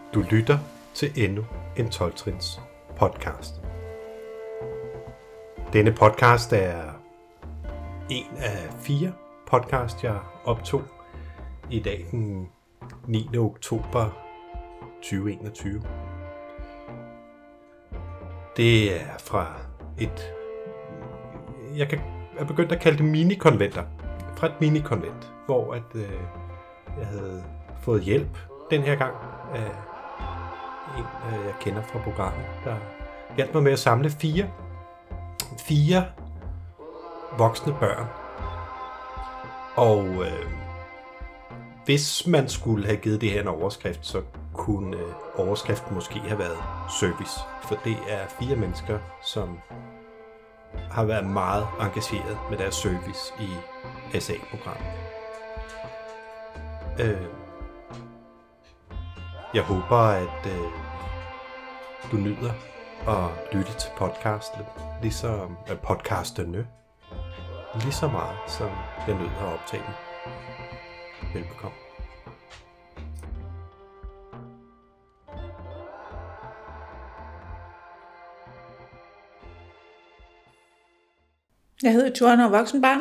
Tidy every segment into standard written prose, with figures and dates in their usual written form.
Du lytter til endnu en 12-trins podcast. Denne podcast er en af 4 podcast, jeg optog i dag den 9. oktober 2021. Det er fra jeg er begyndt at kalde det mini-konventer. Fra et mini-konvent, hvor jeg havde fået hjælp den her gang af en, jeg kender fra programmet, der hjalp mig med at samle 4 voksne børn. Og hvis man skulle have givet det her en overskrift, så kunne overskriften måske have været service. For det er 4 mennesker, som har været meget engageret med deres service i SA-programmet. Jeg håber, at du nyder at lytte til podcasterne lige så meget, som jeg nyder at optage dem. Velbekomme. Jeg hedder Joanna og voksenbarn.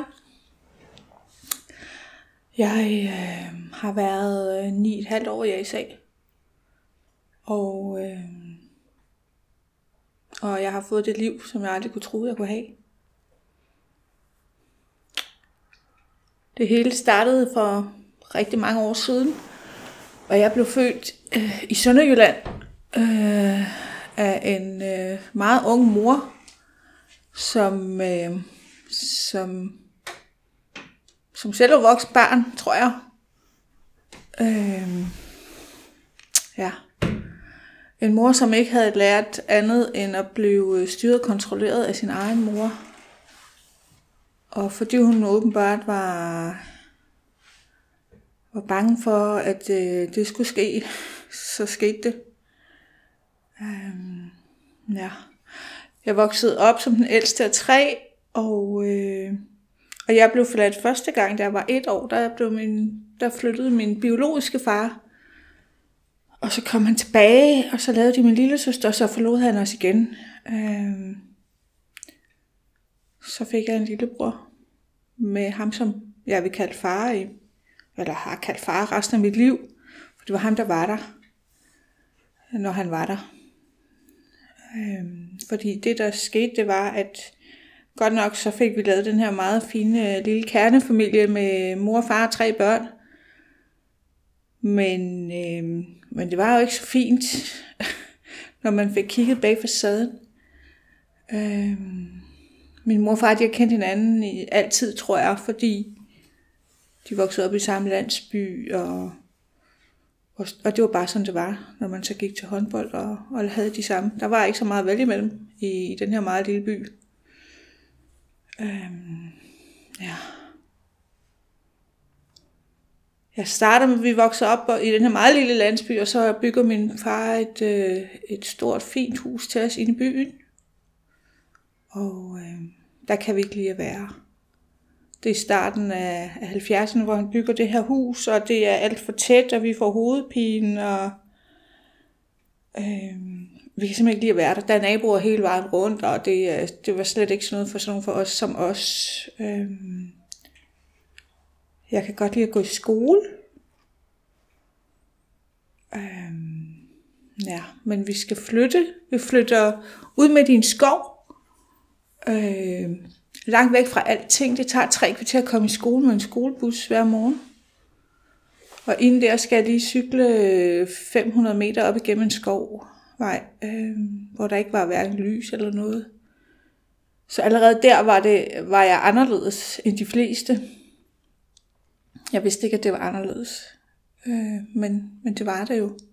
Jeg har været 9,5 år i ASA. Og jeg har fået det liv, som jeg aldrig kunne tro, jeg kunne have. Det hele startede for rigtig mange år siden, og jeg blev født i Sønderjylland af en meget ung mor, som selv var voksen barn, tror jeg. En mor, som ikke havde lært andet end at blive styret og kontrolleret af sin egen mor. Og fordi hun åbenbart var bange for, at det skulle ske, så skete det. Jeg voksede op som den ældste af 3, og jeg blev forladt første gang, da jeg var 1 år. Der flyttede min biologiske far. Og så kom han tilbage, og så lavede de min lillesøster, og så forlod han os igen. Så fik jeg en lillebror med ham, som jeg vil kalde far, eller har kaldt far resten af mit liv. For det var ham, der var der, når han var der. Fordi det, der skete, det var, at godt nok så fik vi lavet den her meget fine lille kernefamilie med mor, far og 3 børn. Men det var jo ikke så fint, når man fik kigget bag facaden. Min mor og far, de har kendt hinanden i altid, tror jeg, fordi de voksede op i samme landsby, og det var bare sådan, det var, når man så gik til håndbold og havde de samme. Der var ikke så meget at vælge imellem i den her meget lille by. Jeg starter med, at vi vokser op i den her meget lille landsby, og så bygger min far et stort, fint hus til os inde i byen. Og der kan vi ikke lide at være. Det er i starten af 70'erne, hvor han bygger det her hus, og det er alt for tæt, og vi får hovedpine, og vi kan simpelthen ikke lide at være der. Der er naboer hele vejen rundt, og det var slet ikke sådan noget for sådan nogle for os som os. Jeg kan godt lide at gå i skole. Men vi skal flytte. Vi flytter ud midt i en skov. Langt væk fra alting. Det tager 3 kvarter at komme i skole med en skolebus hver morgen. Og inden der skal jeg lige cykle 500 meter op igennem en skovvej, hvor der ikke var hverken lys eller noget. Så allerede der var jeg anderledes end de fleste. Jeg vidste ikke, at det var anderledes. Men det var det jo.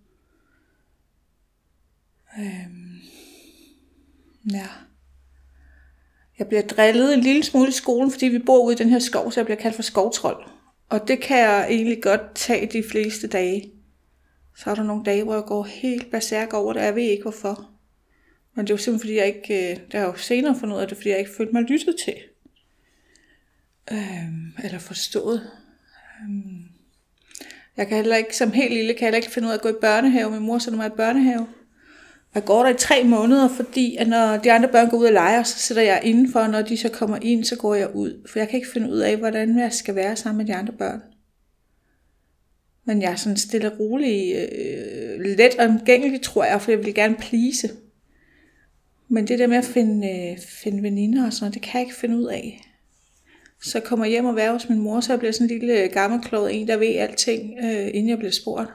Jeg bliver drillet en lille smule i skolen, fordi vi bor ude i den her skov, så jeg bliver kaldt for skovtrold. Og det kan jeg egentlig godt tage de fleste dage. Så er der nogle dage, hvor jeg går helt berserk over det, og jeg ved ikke hvorfor. Men det var simpelthen fordi jeg ikke, der har jo senere fundet ud af det, fordi jeg ikke følte mig lyttet til. Eller forstået. Jeg kan heller ikke, som helt lille, finde ud af at gå i børnehave. Min mor sender mig i børnehave. Og jeg går der i 3 måneder, fordi at når de andre børn går ud og leger, så sidder jeg indenfor, og når de så kommer ind, så går jeg ud. For jeg kan ikke finde ud af, hvordan jeg skal være sammen med de andre børn. Men jeg er sådan stille og rolig, let omgængelig, tror jeg, for jeg vil gerne please. Men det der med at finde veninder og sådan noget, det kan jeg ikke finde ud af. Så jeg kommer hjem og være hos min mor, så jeg bliver sådan en lille gammelklået en, der ved alting, inden jeg bliver spurgt.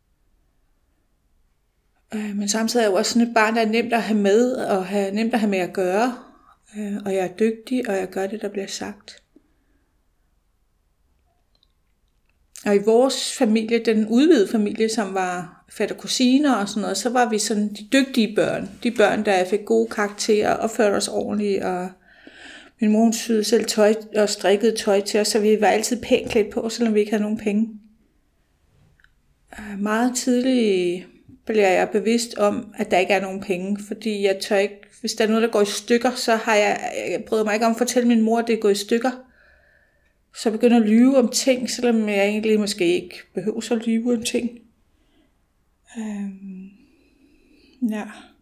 Men samtidig er jeg jo også sådan et barn, der er nemt at have med, og nemt at have med at gøre. Og jeg er dygtig, og jeg gør det, der bliver sagt. Og i vores familie, den udvidede familie, som var fætter og kusiner og sådan noget, så var vi sådan de dygtige børn. De børn, der fik gode karakterer og førte os ordentligt. Og min mor syede selv tøj og strikkede tøj til os, så vi var altid pænt klædt på, selvom vi ikke havde nogen penge. Meget tidligt bliver jeg bevidst om, at der ikke er nogen penge, fordi jeg tør ikke, hvis der er noget, der går i stykker, så har jeg bryder mig ikke om at fortælle min mor, at det er gået i stykker. Så jeg begynder at lyve om ting, selvom jeg egentlig måske ikke behøver så at lyve om ting. Ja.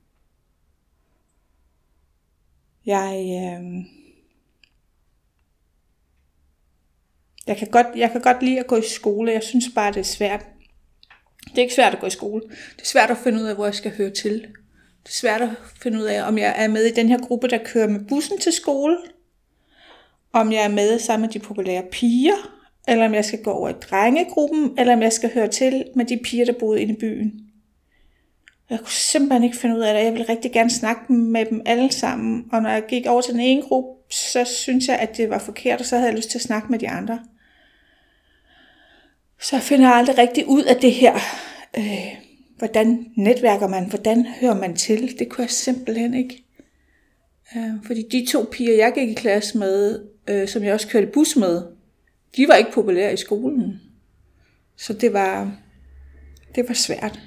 Jeg kan godt lide at gå i skole. Jeg synes bare, det er svært. Det er ikke svært at gå i skole. Det er svært at finde ud af, hvor jeg skal høre til. Det er svært at finde ud af, om jeg er med i den her gruppe, der kører med bussen til skole. Om jeg er med sammen med de populære piger. Eller om jeg skal gå over i drengegruppen. Eller om jeg skal høre til med de piger, der boede inde i byen. Jeg kunne simpelthen ikke finde ud af det. Jeg ville rigtig gerne snakke med dem alle sammen. Og når jeg gik over til den ene gruppe, så synes jeg, at det var forkert. Og så havde jeg lyst til at snakke med de andre. Så jeg finder aldrig rigtig ud af det her. Hvordan netværker man? Hvordan hører man til? Det kunne jeg simpelthen ikke. Fordi de 2 piger, jeg gik i klasse med, som jeg også kørte bus med, de var ikke populære i skolen. Så det var svært.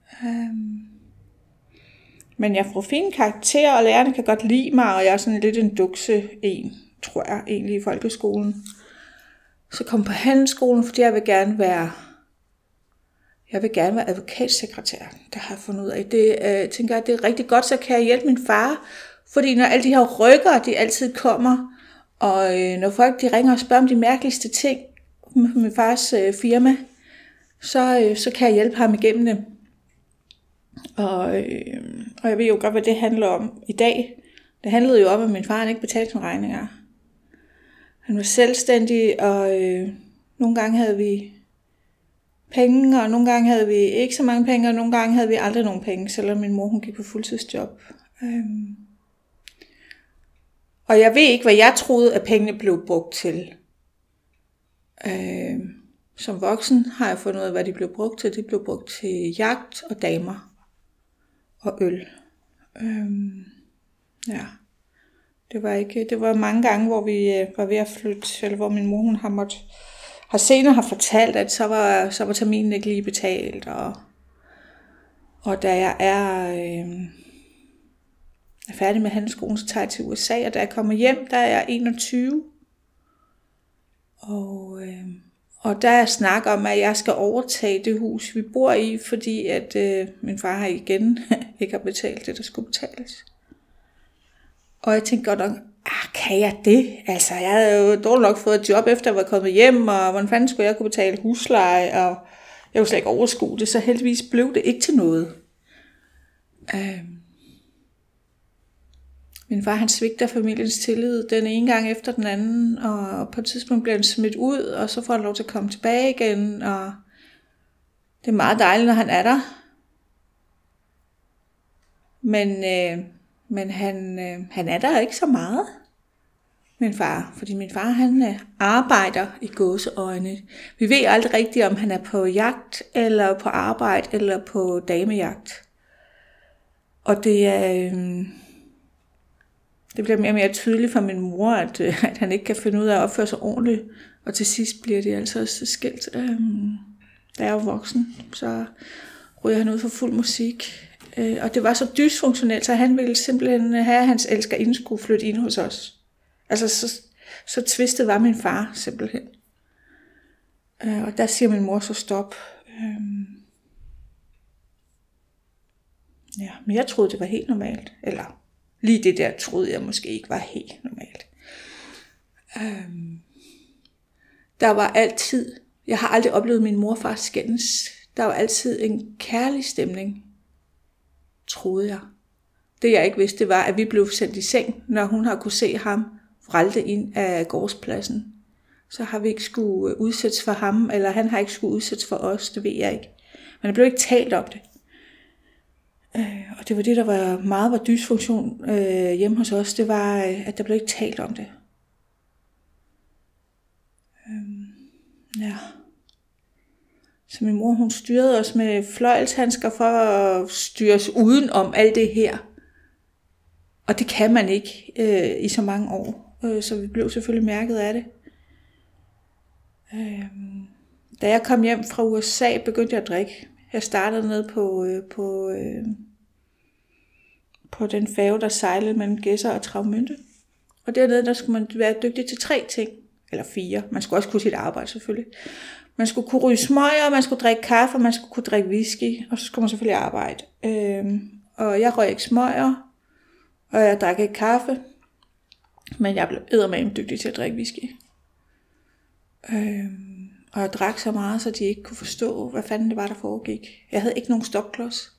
Men jeg får fine karakterer, og lærerne kan godt lide mig, og jeg er sådan lidt en dukse en, tror jeg, egentlig i folkeskolen. Så kom på handelsskolen, fordi jeg vil gerne være advokatsekretær. Det har jeg fundet ud af. Det tænker jeg, det er rigtig godt, så kan jeg hjælpe min far. Fordi når alle de her rykkere, de altid kommer, og når folk de ringer og spørger om de mærkeligste ting med min fars firma, så kan jeg hjælpe ham igennem dem. Og jeg ved jo godt, hvad det handler om i dag. Det handlede jo om, at min far ikke betalte sine regninger. Han var selvstændig, og nogle gange havde vi penge, og nogle gange havde vi ikke så mange penge, og nogle gange havde vi aldrig nogen penge, selvom min mor hun gik på fuldtidsjob. Og jeg ved ikke, hvad jeg troede, at pengene blev brugt til. Som voksen har jeg fundet ud af, hvad de blev brugt til. De blev brugt til jagt og damer og øl. Ja. Det var mange gange, hvor vi var ved at flytte, eller hvor min mor hun har senere fortalt, at så var terminen ikke lige betalt, og da jeg er færdig med handelsskolen, så tager jeg til USA, og da jeg kommer hjem, der er jeg 21. Og der er snak om, at jeg skal overtage det hus, vi bor i, fordi at min far har igen ikke har betalt det, der skulle betales. Og jeg tænkte godt nok, kan jeg det? Altså, jeg havde jo dårligt nok fået et job, efter jeg var kommet hjem, og hvordan fanden skulle jeg kunne betale husleje, og jeg kunne slet ikke overskue det, så heldigvis blev det ikke til noget. Min far, han svigter familiens tillid den ene gang efter den anden, og på et tidspunkt bliver han smidt ud, og så får han lov til at komme tilbage igen, og det er meget dejligt, når han er der. Men han er der ikke så meget, min far, fordi min far, han arbejder i gåseøjne. Vi ved aldrig rigtigt, om han er på jagt, eller på arbejde, eller på damejagt. Og det bliver mere og mere tydeligt for min mor, at han ikke kan finde ud af at opføre sig ordentligt. Og til sidst bliver det altså også skilt. Da jeg var voksen, så ryger han ud for fuld musik. Og det var så dysfunktionelt, så han ville simpelthen have, at hans elskerinde skulle flytte ind hos os. Altså så tvistet var min far simpelthen. Og der siger min mor så stop. Ja, men jeg troede, det var helt normalt. Eller lige det der troede jeg måske ikke var helt normalt. Der var altid, jeg har aldrig oplevet min mor og far skændes. Der var altid en kærlig stemning, troede jeg. Det jeg ikke vidste, det var, at vi blev sendt i seng, når hun har kunne se ham vralte ind af gårdspladsen. Så har vi ikke skulle udsættes for ham, eller han har ikke skulle udsættes for os, det ved jeg ikke. Men der blev ikke talt om det. Og det var det, der var dysfunktion hjemme hos os, det var, at der blev ikke talt om det. Ja. Så min mor, hun styrede os med fløjelshandsker for at styre os uden om alt det her. Og det kan man ikke i så mange år. Så vi blev selvfølgelig mærket af det. Da jeg kom hjem fra USA, begyndte jeg at drikke. Jeg startede ned på den færge, der sejlede mellem Gedser og Travmünde. Og dernede, der skulle man være dygtig til 3 ting. Eller 4. Man skulle også kunne sit arbejde selvfølgelig. Man skulle kunne ryge smøger, man skulle drikke kaffe, man skulle kunne drikke whisky. Og så skulle man selvfølgelig arbejde. Og jeg røg ikke smøger, og jeg drak ikke kaffe. Men jeg blev eddermame dygtig til at drikke whisky. Og jeg drak så meget, så de ikke kunne forstå, hvad fanden det var, der foregik. Jeg havde ikke nogen stopklods.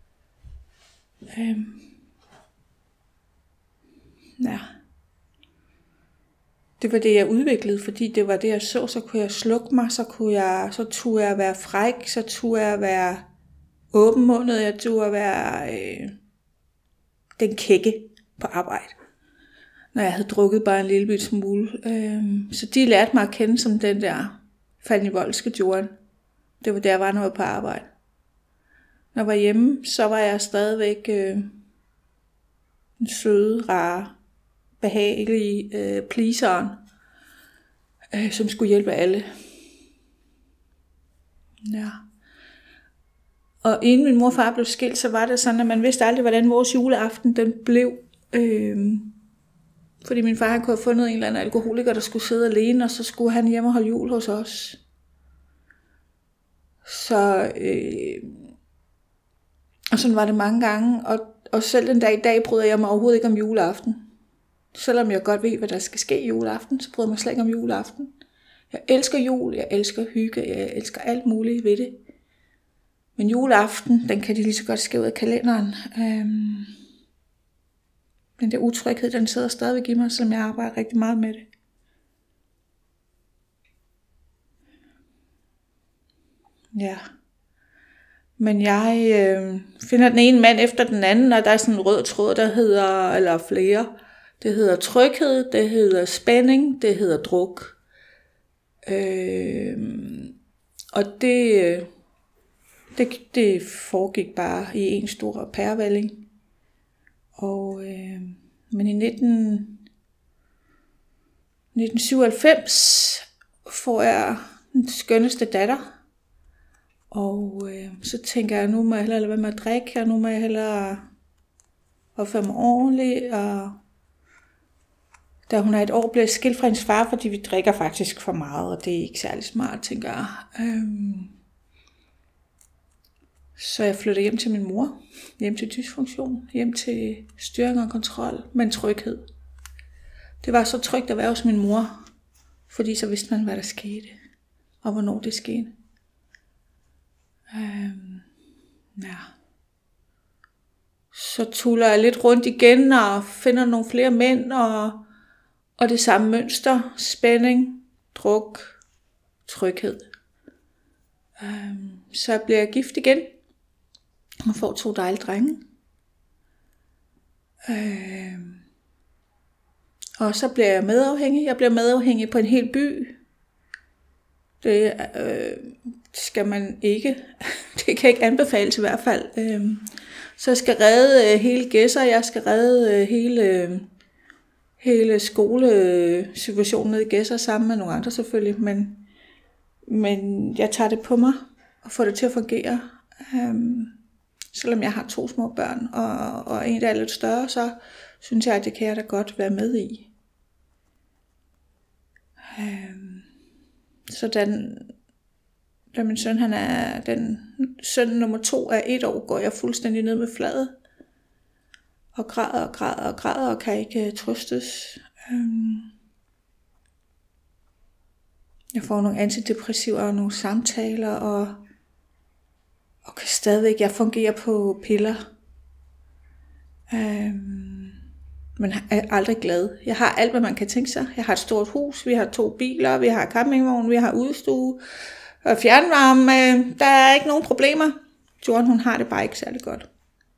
Ja. Det var det, jeg udviklede, fordi det var det, jeg så kunne jeg slukke mig, så turde jeg være fræk, så turde jeg være åbenmundet, jeg turde være den kække på arbejde, når jeg havde drukket bare en lille bit smule. Så de lærte mig at kende som den der Falnivoldske Jordan. Det var der, jeg var, når jeg var på arbejde. Når jeg var hjemme, så var jeg stadigvæk en søde, rare, behagelige pleaseren, som skulle hjælpe alle. Ja. Og inden min mor og far blev skilt, så var det sådan, at man vidste aldrig, hvordan vores juleaften den blev. Fordi min far han kunne have fundet en eller anden alkoholiker, der skulle sidde alene, og så skulle han hjem og holde jul hos os. Så og sådan var det mange gange, og selv den dag i dag bryder jeg mig overhovedet ikke om juleaften. Selvom jeg godt ved, hvad der skal ske i juleaften, så bryder jeg mig slet ikke om juleaften. Jeg elsker jul, jeg elsker hygge, jeg elsker alt muligt ved det. Men juleaften, den kan de lige så godt skrive ud af kalenderen. Den der utryghed, den sidder stadigvæk i mig, selvom jeg arbejder rigtig meget med det. Ja. Men jeg finder den ene mand efter den anden, og der er sådan en rød tråd, der hedder, eller flere. Det hedder tryghed, det hedder spænding, det hedder druk. Og det foregik bare i en stor pærevælling. Og men i 1997 får jeg den skønneste datter. Og så tænker jeg, nu må jeg hellere lade være med at drikke, og nu må jeg hellere opføre mig ordentligt. Og da hun er 1 år, bliver jeg skilt fra hendes far, fordi vi drikker faktisk for meget, og det er ikke særlig smart, tænker jeg. Så jeg flytter hjem til min mor, hjem til dysfunktion, hjem til styring og kontrol, men tryghed. Det var så trygt at være hos min mor, fordi så vidste man, hvad der skete, og hvornår det skete. Ja. Så tuller jeg lidt rundt igen og finder nogle flere mænd og det samme mønster, spænding, druk, tryghed. Så bliver jeg gift igen og får 2 dejlige drenge. Og så bliver jeg medafhængig. Jeg bliver medafhængig på en hel by. Det skal man ikke. Det kan ikke anbefales i hvert fald. Så jeg skal redde hele Gedser. Jeg skal redde hele skolesituationen nede i Gedser sammen med nogle andre selvfølgelig. Men jeg tager det på mig og får det til at fungere. Selvom jeg har 2 små børn og en, der er lidt større, så synes jeg, at det kan jeg da godt være med i. Så da min søn, søn nummer 2 er 1 år, går jeg fuldstændig ned med fladet. Og græder og kan ikke trøstes. Jeg får nogle antidepressiver og nogle samtaler, og kan stadigvæk, jeg fungerer på piller. Men er aldrig glad. Jeg har alt, hvad man kan tænke sig. Jeg har et stort hus, vi har 2 biler, vi har campingvogn, vi har udstue og fjernvarme. Der er ikke nogen problemer. Jordan, hun har det bare ikke særlig godt.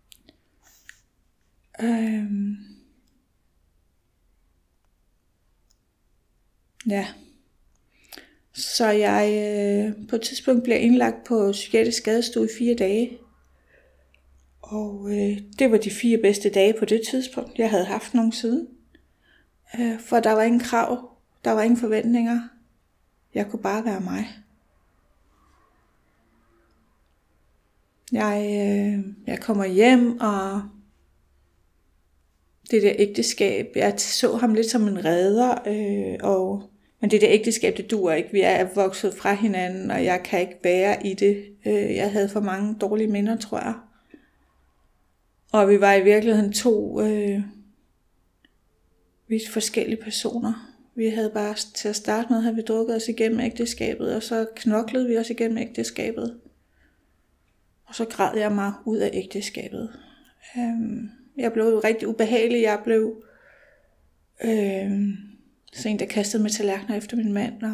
Ja. Så jeg på et tidspunkt bliver indlagt på psykiatrisk skadestue i 4 dage. Og det var de 4 bedste dage på det tidspunkt, jeg havde haft nogensinde. For der var ingen krav, der var ingen forventninger. Jeg kunne bare være mig. Jeg kommer hjem, og det der ægteskab, jeg så ham lidt som en redder, men det der ægteskab, det duer ikke. Vi er vokset fra hinanden, og jeg kan ikke være i det. Jeg havde for mange dårlige minder, tror jeg. Og vi var i virkeligheden 2 vidt forskellige personer. Vi havde bare til at starte med, havde vi drukket os igennem ægteskabet, og så knoklede vi os igennem ægteskabet. Og så græd jeg mig ud af ægteskabet. Jeg blev rigtig ubehagelig. Jeg blev så en, der kastede med tallerkener efter min mand.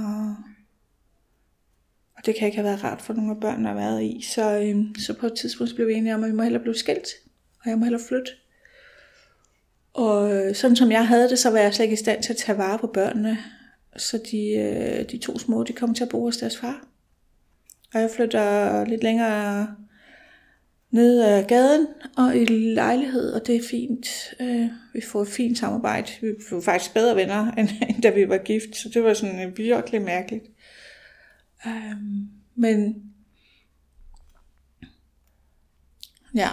Og det kan ikke have været rart for nogle af børnene at have været i. Så på et tidspunkt blev vi enige om, at vi må hellere blive skilt. Og jeg må hellere flytte. Og sådan som jeg havde det, så var jeg slet ikke i stand til at tage vare på børnene. Så de 2 små, de kom til at bo hos deres far. Og jeg flytter lidt længere ned ad gaden og i lejlighed, og det er fint. Vi får et fint samarbejde. Vi blev faktisk bedre venner, end da vi var gift, så det var sådan virkelig mærkeligt. Men ja,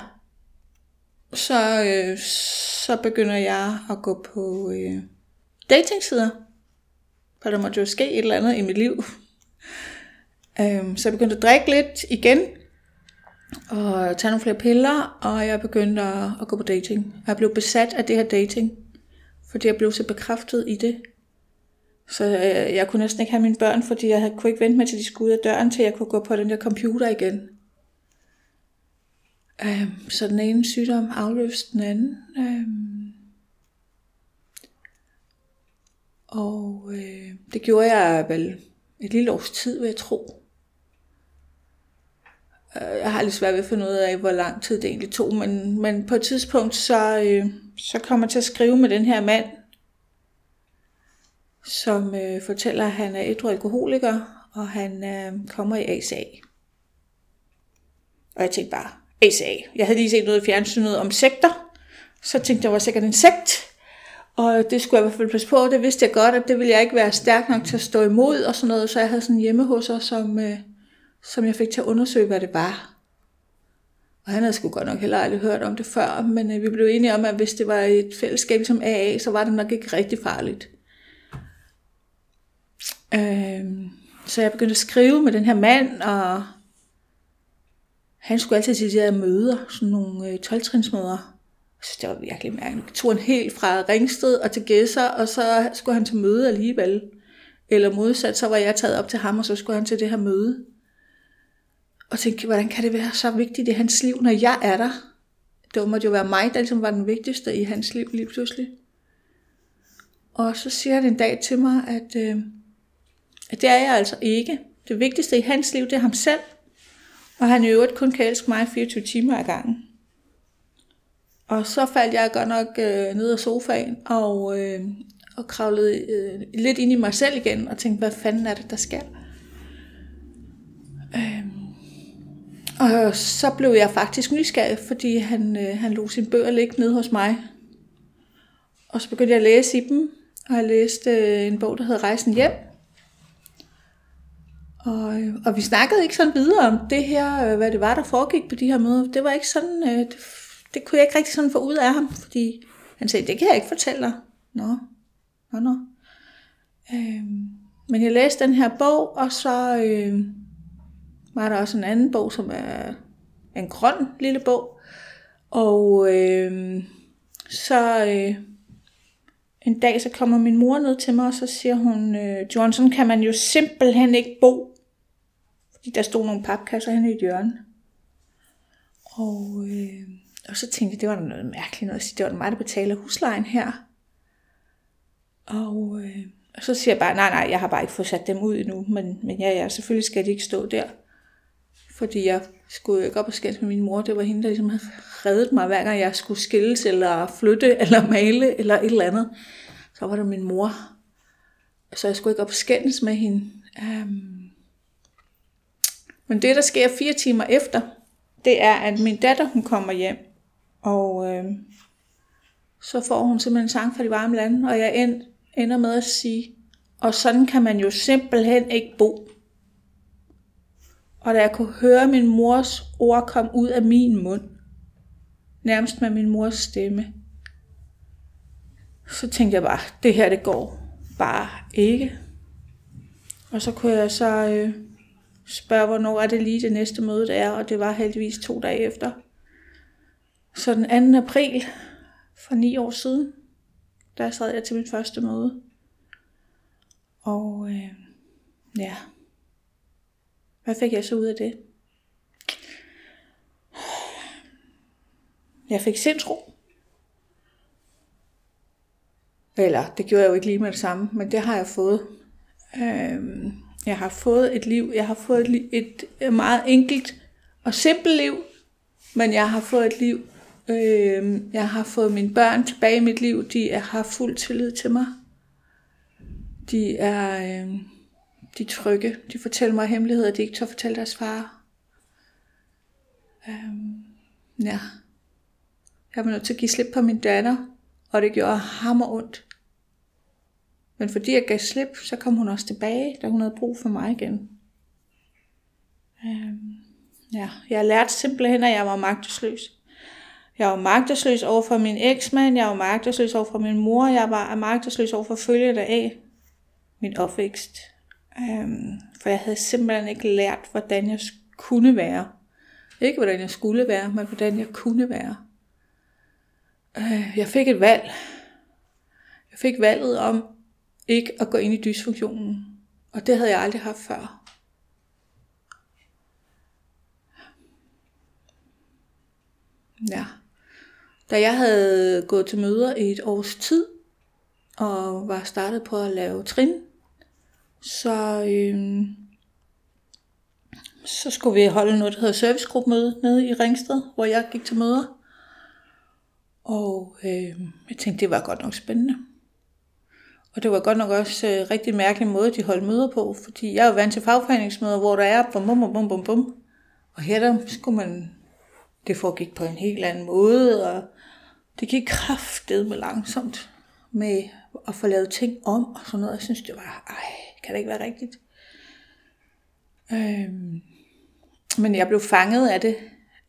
så begynder jeg at gå på datingsider, for der måtte jo ske et eller andet i mit liv. Så jeg begyndte at drikke lidt igen, og tage nogle flere piller, og jeg begyndte at gå på dating. Jeg blev besat af det her dating, fordi jeg blev så bekræftet i det. Så jeg kunne næsten ikke have mine børn, fordi jeg kunne ikke vente med, til de skulle ud af døren, til jeg kunne gå på den der computer igen. Så den ene sygdom afløste den anden. Og det gjorde jeg vel et lille års tid, vil jeg tro. Jeg har lidt svært ved at finde ud af, hvor lang tid det egentlig tog, men på et tidspunkt, så kommer jeg til at skrive med den her mand, som fortæller, at han er ædru alkoholiker, og han kommer i ASA. Og jeg tænkte bare, ASA. Jeg havde lige set noget i fjernsynet om sekter, så tænkte jeg, det var sikkert en sekt, og det skulle jeg i hvert fald passe på. Det vidste jeg godt, at det ville jeg ikke være stærk nok til at stå imod, og sådan noget, så jeg havde sådan en hjemmehosser, som jeg fik til at undersøge, hvad det var. Og han havde sgu godt nok heller aldrig hørt om det før, men vi blev enige om, at hvis det var et fællesskab som AA, så var det nok ikke rigtig farligt. Så jeg begyndte at skrive med den her mand, og han skulle altid til de her møder, sådan nogle 12-trinsmøder. Så det var virkelig mærkeligt. Jeg tog en helt fra Ringsted og til Gedser, og så skulle han til møde alligevel. Eller modsat, så var jeg taget op til ham, og så skulle han til det her møde. Og tænkte, hvordan kan det være så vigtigt i hans liv, når jeg er der? Det måtte jo være mig, der ligesom var den vigtigste i hans liv lige pludselig. Og så siger han en dag til mig, at det er jeg altså ikke. Det vigtigste i hans liv, det er ham selv. Og han i øvrigt kun kan elske mig 24 timer ad gangen. Og så faldt jeg godt nok ned af sofaen og kravlede lidt ind i mig selv igen og tænkte, hvad fanden er det, der sker? Og så blev jeg faktisk nysgerrig, fordi han lod sine bøger ligge nede hos mig. Og så begyndte jeg at læse i dem, og jeg læste en bog, der hedder Rejsen hjem. Og vi snakkede ikke sådan videre om det her, hvad det var, der foregik på de her møder. Det var ikke sådan, det kunne jeg ikke rigtig sådan få ud af ham, fordi han sagde, det kan jeg ikke fortælle dig. Nå. Men jeg læste den her bog, og så var der også en anden bog, som er en grøn lille bog. Og en dag så kommer min mor ned til mig, og så siger hun, Johnson, kan man jo simpelthen ikke bo. Fordi der stod nogle papkasser henne i et hjørne. Og så tænkte jeg, det var noget mærkeligt noget at sige. Det var mig, der betaler huslejen her. Og så siger jeg bare, nej, jeg har bare ikke fået sat dem ud endnu. Men ja, selvfølgelig skal de ikke stå der. Fordi jeg skulle jo ikke op og skændes med min mor. Det var hende, der ligesom havde reddet mig, hver gang jeg skulle skilles, eller flytte, eller male, eller et eller andet. Så var det min mor. Så jeg skulle ikke op og skændes med hende. Men det, der sker 4 timer efter, det er, at min datter, hun kommer hjem. Og så får hun simpelthen en sang fra de varme lande. Og jeg ender med at sige, og sådan kan man jo simpelthen ikke bo. Og da jeg kunne høre min mors ord komme ud af min mund, nærmest med min mors stemme, så tænkte jeg bare, det her det går bare ikke. Og så kunne jeg så spørge, hvornår er det lige det næste møde, det er, og det var heldigvis 2 dage efter. Så den 2. april for 9 år siden, der sad jeg til mit første møde. Og ja, hvad fik jeg så ud af det? Jeg fik sindsro. Eller, det gjorde jeg jo ikke lige med det samme, men det har jeg fået. Jeg har fået et liv. Jeg har fået et meget enkelt og simpelt liv, men jeg har fået et liv. Jeg har fået mine børn tilbage i mit liv. De har fuld tillid til mig. De er trygge. De fortæller mig hemmeligheder, de ikke tør fortælle deres far. Ja. Jeg var nødt til at give slip på min datter, og det gjorde hammer ondt. Men fordi jeg gav slip, så kom hun også tilbage, da hun havde brug for mig igen. Ja, jeg lærte simpelthen, at jeg var magtesløs. Jeg var magtesløs over for min eksmand, jeg var magtesløs over for min mor, jeg var magtesløs over for følgerne af min opvækst. For jeg havde simpelthen ikke lært, hvordan jeg kunne være. Ikke hvordan jeg skulle være, men hvordan jeg kunne være. Jeg fik et valg. Jeg fik valget om ikke at gå ind i dysfunktionen. Og det havde jeg aldrig haft før. Ja. Da jeg havde gået til møder i et års tid, og var startet på at lave trin, så skulle vi holde noget, der hedder servicegruppemøde nede i Ringsted, hvor jeg gik til møder. Og jeg tænkte, det var godt nok spændende. Og det var godt nok også en rigtig mærkelig måde, de holdt møder på, fordi jeg er jo vant til fagforeningsmøder, hvor der er bum. Og her der skulle det foregik på en helt anden måde, og det gik kraftedeme langsomt med at få lavet ting om, og sådan noget. Jeg synes, det var, kan det ikke være rigtigt? Men jeg blev fanget af det.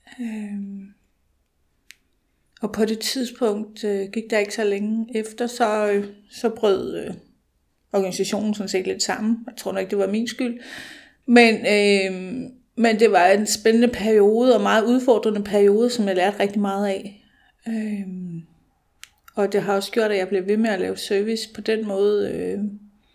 Og på det tidspunkt gik der ikke så længe efter, så brød organisationen sådan set lidt sammen. Jeg tror nok ikke, det var min skyld. Men det var en spændende periode, og meget udfordrende periode, som jeg lærte rigtig meget af. Og det har også gjort, at jeg blev ved med at lave service på den måde.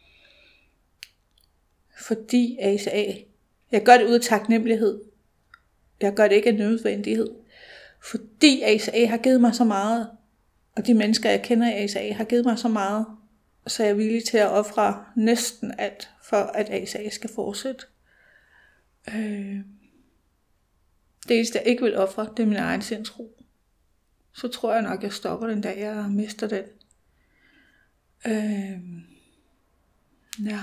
Fordi ASA, jeg gør det ud af taknemmelighed. Jeg gør det ikke af nødvendighed. Fordi ASA har givet mig så meget, og de mennesker, jeg kender i ASA, har givet mig så meget, så jeg er villig til at ofre næsten alt, for at ASA skal fortsætte. Det eneste, jeg ikke vil ofre, det er min egen sindsro. Så tror jeg nok, jeg stopper den dag, jeg mister den. Ja.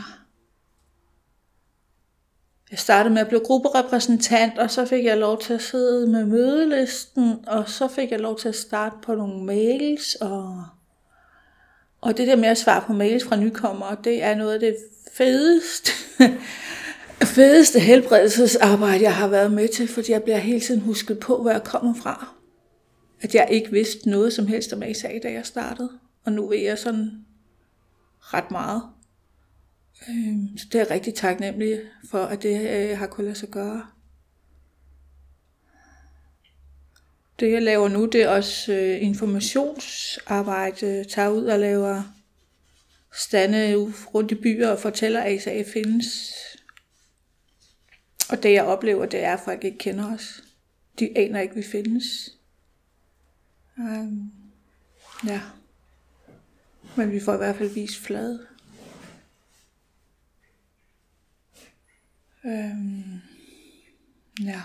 Jeg startede med at blive grupperepræsentant, og så fik jeg lov til at sidde med mødelisten, og så fik jeg lov til at starte på nogle mails, og det der med at svare på mails fra nykommere, det er noget af det fedeste helbredelsesarbejde, jeg har været med til, fordi jeg bliver hele tiden husket på, hvor jeg kommer fra. At jeg ikke vidste noget som helst om ASA, da jeg startede, og nu ved jeg sådan ret meget. Så det er jeg rigtig taknemmelig for, at det har kunnet lade sig gøre. Det jeg laver nu, det er også informationsarbejde. Tager ud og laver stande rundt i byer og fortæller, at ASA findes. Og det jeg oplever, det er, at folk ikke kender os. De aner ikke, vi findes. Ja. Men vi får i hvert fald vist flade. Ja.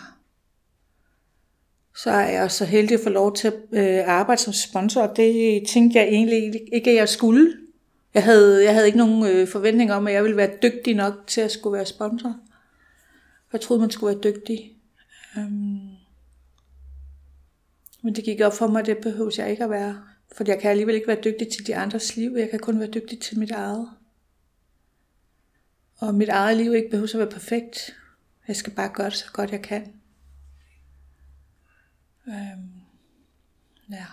Så er jeg så heldig at få lov til at arbejde som sponsor. Det tænkte jeg egentlig ikke, at jeg skulle. Jeg havde ikke nogen forventning om, at jeg ville være dygtig nok til at skulle være sponsor. Jeg troede, man skulle være dygtig. Men det gik op for mig, at det behøver jeg ikke at være. For jeg kan alligevel ikke være dygtig til de andres liv. Jeg kan kun være dygtig til mit eget. Og mit eget liv ikke behøver at være perfekt. Jeg skal bare gøre det så godt jeg kan. Ja.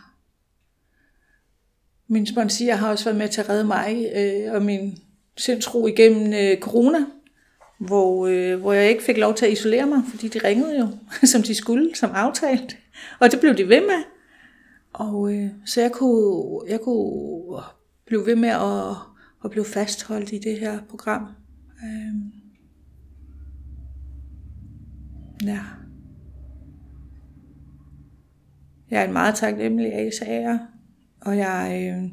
Min sponsor har også været med til at redde mig og min sindsro igennem corona. Hvor jeg ikke fik lov til at isolere mig, fordi de ringede jo, som de skulle, som aftalt. Og det blev de ved med. Og så jeg kunne blive ved med at blive fastholdt i det her program. Ja. Jeg er en meget taknemmelig ASA'er, og jeg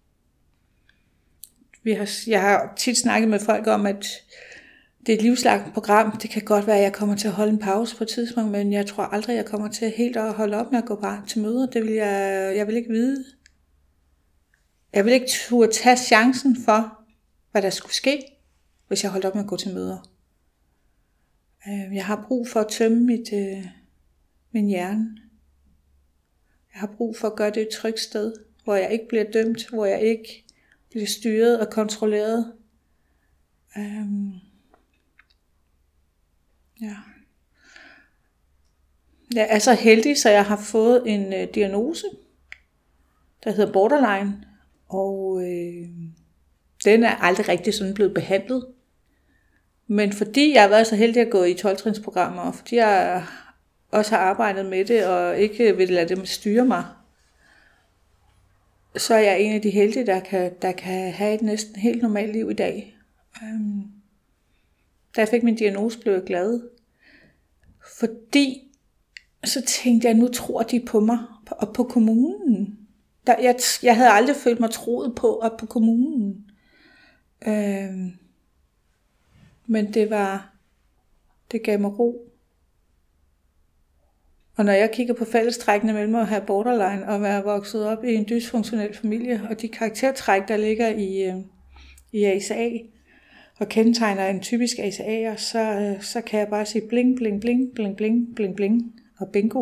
har tit snakket med folk om, at det er et livslangt program. Det kan godt være, at jeg kommer til at holde en pause på et tidspunkt, men jeg tror aldrig, jeg kommer til helt at holde op med at gå til møder. Det vil jeg vil ikke vide. Jeg vil ikke turde tage chancen for, hvad der skulle ske, hvis jeg holdt op med at gå til møder. Jeg har brug for at tømme min hjerne. Jeg har brug for at gøre det et trygt sted, hvor jeg ikke bliver dømt, hvor jeg ikke bliver styret og kontrolleret. Ja. Jeg er så heldig, så jeg har fået en diagnose, der hedder borderline, og den er aldrig rigtig sådan blevet behandlet. Men fordi jeg har været så heldig at gå i 12-trinsprogrammer, og fordi jeg også har arbejdet med det, og ikke vil lade dem styre mig, så er jeg en af de heldige, der kan have et næsten helt normalt liv i dag. Da jeg fik min diagnose, blev jeg glad. Fordi så tænkte jeg, nu tror de på mig og på kommunen. Jeg havde aldrig følt mig troet på kommunen. Men det gav mig ro. Og når jeg kigger på fællestrækkene mellem at have borderline og være vokset op i en dysfunktionel familie, og de karaktertræk, der ligger i ASA, og kendetegner en typisk ASA'er, så kan jeg bare sige bling, bling, bling, bling, bling, bling, bling, og bingo.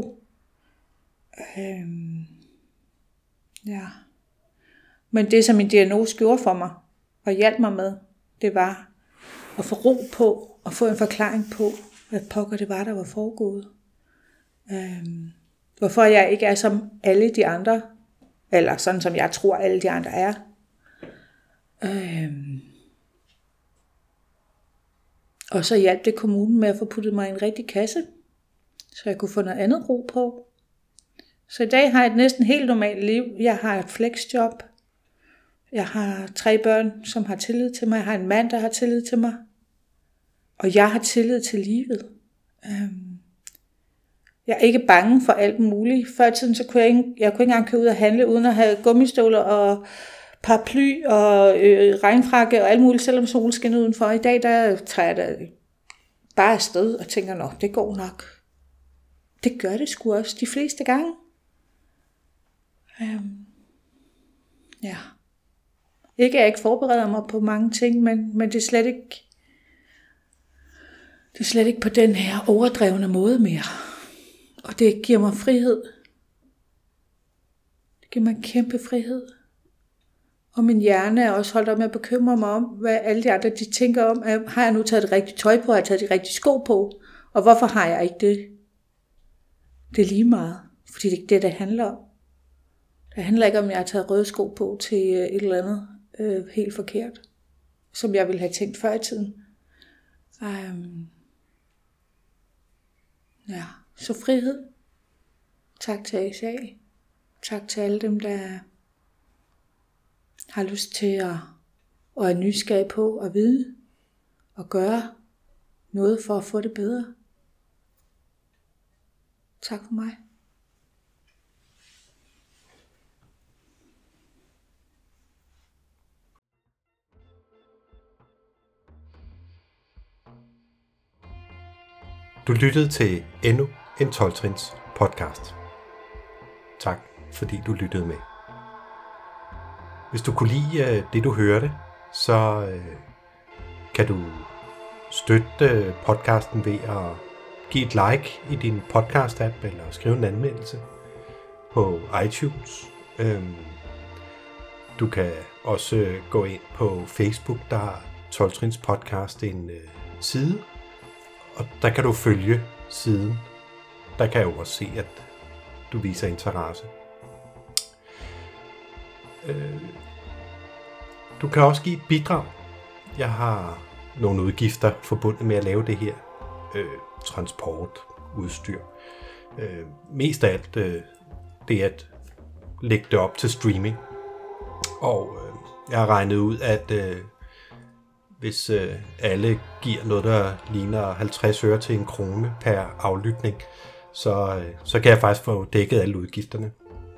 Ja. Men det, som min diagnose gjorde for mig, og hjalp mig med, det var at få ro på, og få en forklaring på, hvad pokker det var, der var foregået. Hvorfor jeg ikke er som alle de andre, eller sådan som jeg tror alle de andre er. Og så hjalp det kommunen med at få puttet mig i en rigtig kasse, så jeg kunne få noget andet ro på. Så i dag har jeg et næsten helt normalt liv. Jeg har et flexjob. Jeg har 3 børn, som har tillid til mig. Jeg har en mand, der har tillid til mig. Og jeg har tillid til livet. Jeg er ikke bange for alt muligt. Før i tiden så kunne jeg ikke engang køre ud og handle, uden at have gummistøvler og paraply og regnfrakke og alt muligt, selvom solen skinner udenfor. I dag der tager jeg da bare afsted og tænker, nå, det går nok. Det gør det sgu også de fleste gange. Ja. Ikke at jeg ikke forbereder mig på mange ting, men det er slet ikke på den her overdrevne måde mere. Og det giver mig frihed. Det giver mig en kæmpe frihed. Og min hjerne er også holdt op med at bekymre mig om, hvad alle de andre de tænker om. Har jeg nu taget det rigtige tøj på? Har jeg taget de rigtige sko på? Og hvorfor har jeg ikke det? Det er lige meget. Fordi det er ikke det handler om. Det handler ikke om, jeg har taget røde sko på til et eller andet helt forkert. Som jeg ville have tænkt før i tiden. Ja, så frihed. Tak til ASA. Tak til alle dem, der har lyst til at er nysgerrige på at vide og gøre noget for at få det bedre. Tak for mig. Du lyttede til endnu en 12-trins podcast. Tak, fordi du lyttede med. Hvis du kunne lide det, du hørte, så kan du støtte podcasten ved at give et like i din podcast-app eller skrive en anmeldelse på iTunes. Du kan også gå ind på Facebook, der har 12-trins podcast en side, og der kan du følge siden. Der kan jeg jo også se, at du viser interesse. Du kan også give et bidrag. Jeg har nogle udgifter forbundet med at lave det her. Transport, udstyr. Mest af alt det at lægge det op til streaming. Og jeg har regnet ud, at hvis alle giver noget, der ligner 50 øre til 1 krone per aflytning, så kan jeg faktisk få dækket alle udgifterne.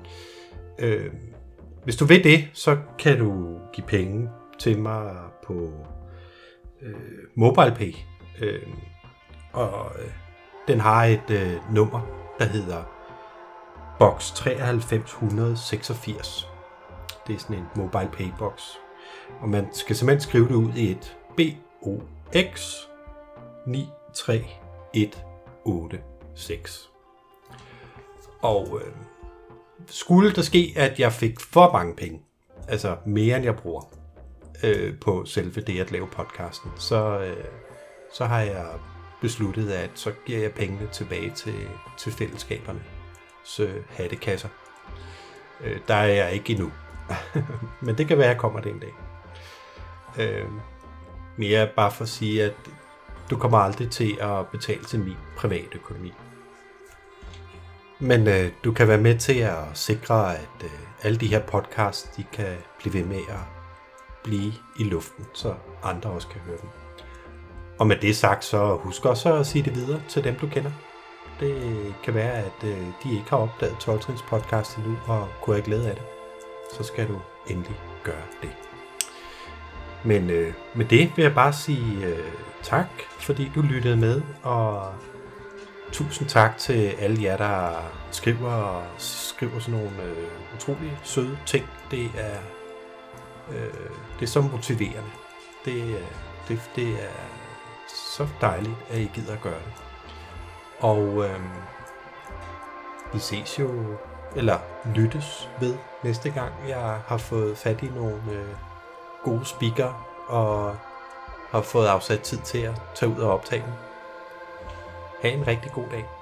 Hvis du vil det, så kan du give penge til mig på MobilePay. Den har et nummer, der hedder box 9386. Det er sådan en MobilePay-box. Og man skal simpelthen skrive det ud i et BOX 93186. Og skulle der ske, at jeg fik for mange penge, altså mere end jeg bruger på selve det at lave podcasten, så har jeg besluttet, at så giver jeg pengene tilbage til fællesskaberne. Så hattekasser. Der er jeg ikke endnu. Men det kan være, at jeg kommer det en dag. Mere bare for at sige, at du kommer aldrig til at betale til min private økonomi. Men du kan være med til at sikre, at alle de her podcasts, de kan blive ved med at blive i luften, så andre også kan høre dem. Og med det sagt, så husk også at sige det videre til dem, du kender. Det kan være, at de ikke har opdaget 12-trins podcast endnu, og kunne have glæde af det. Så skal du endelig gøre det. Men med det vil jeg bare sige tak, fordi du lyttede med, og tusind tak til alle jer, der skriver sådan nogle utrolig søde ting. Det er så motiverende. Det er så dejligt, at I gider at gøre det. Og vi ses jo, eller lyttes ved næste gang, jeg har fået fat i nogle gode speaker og har fået afsat tid til at tage ud og optage dem. Ha' en rigtig god dag.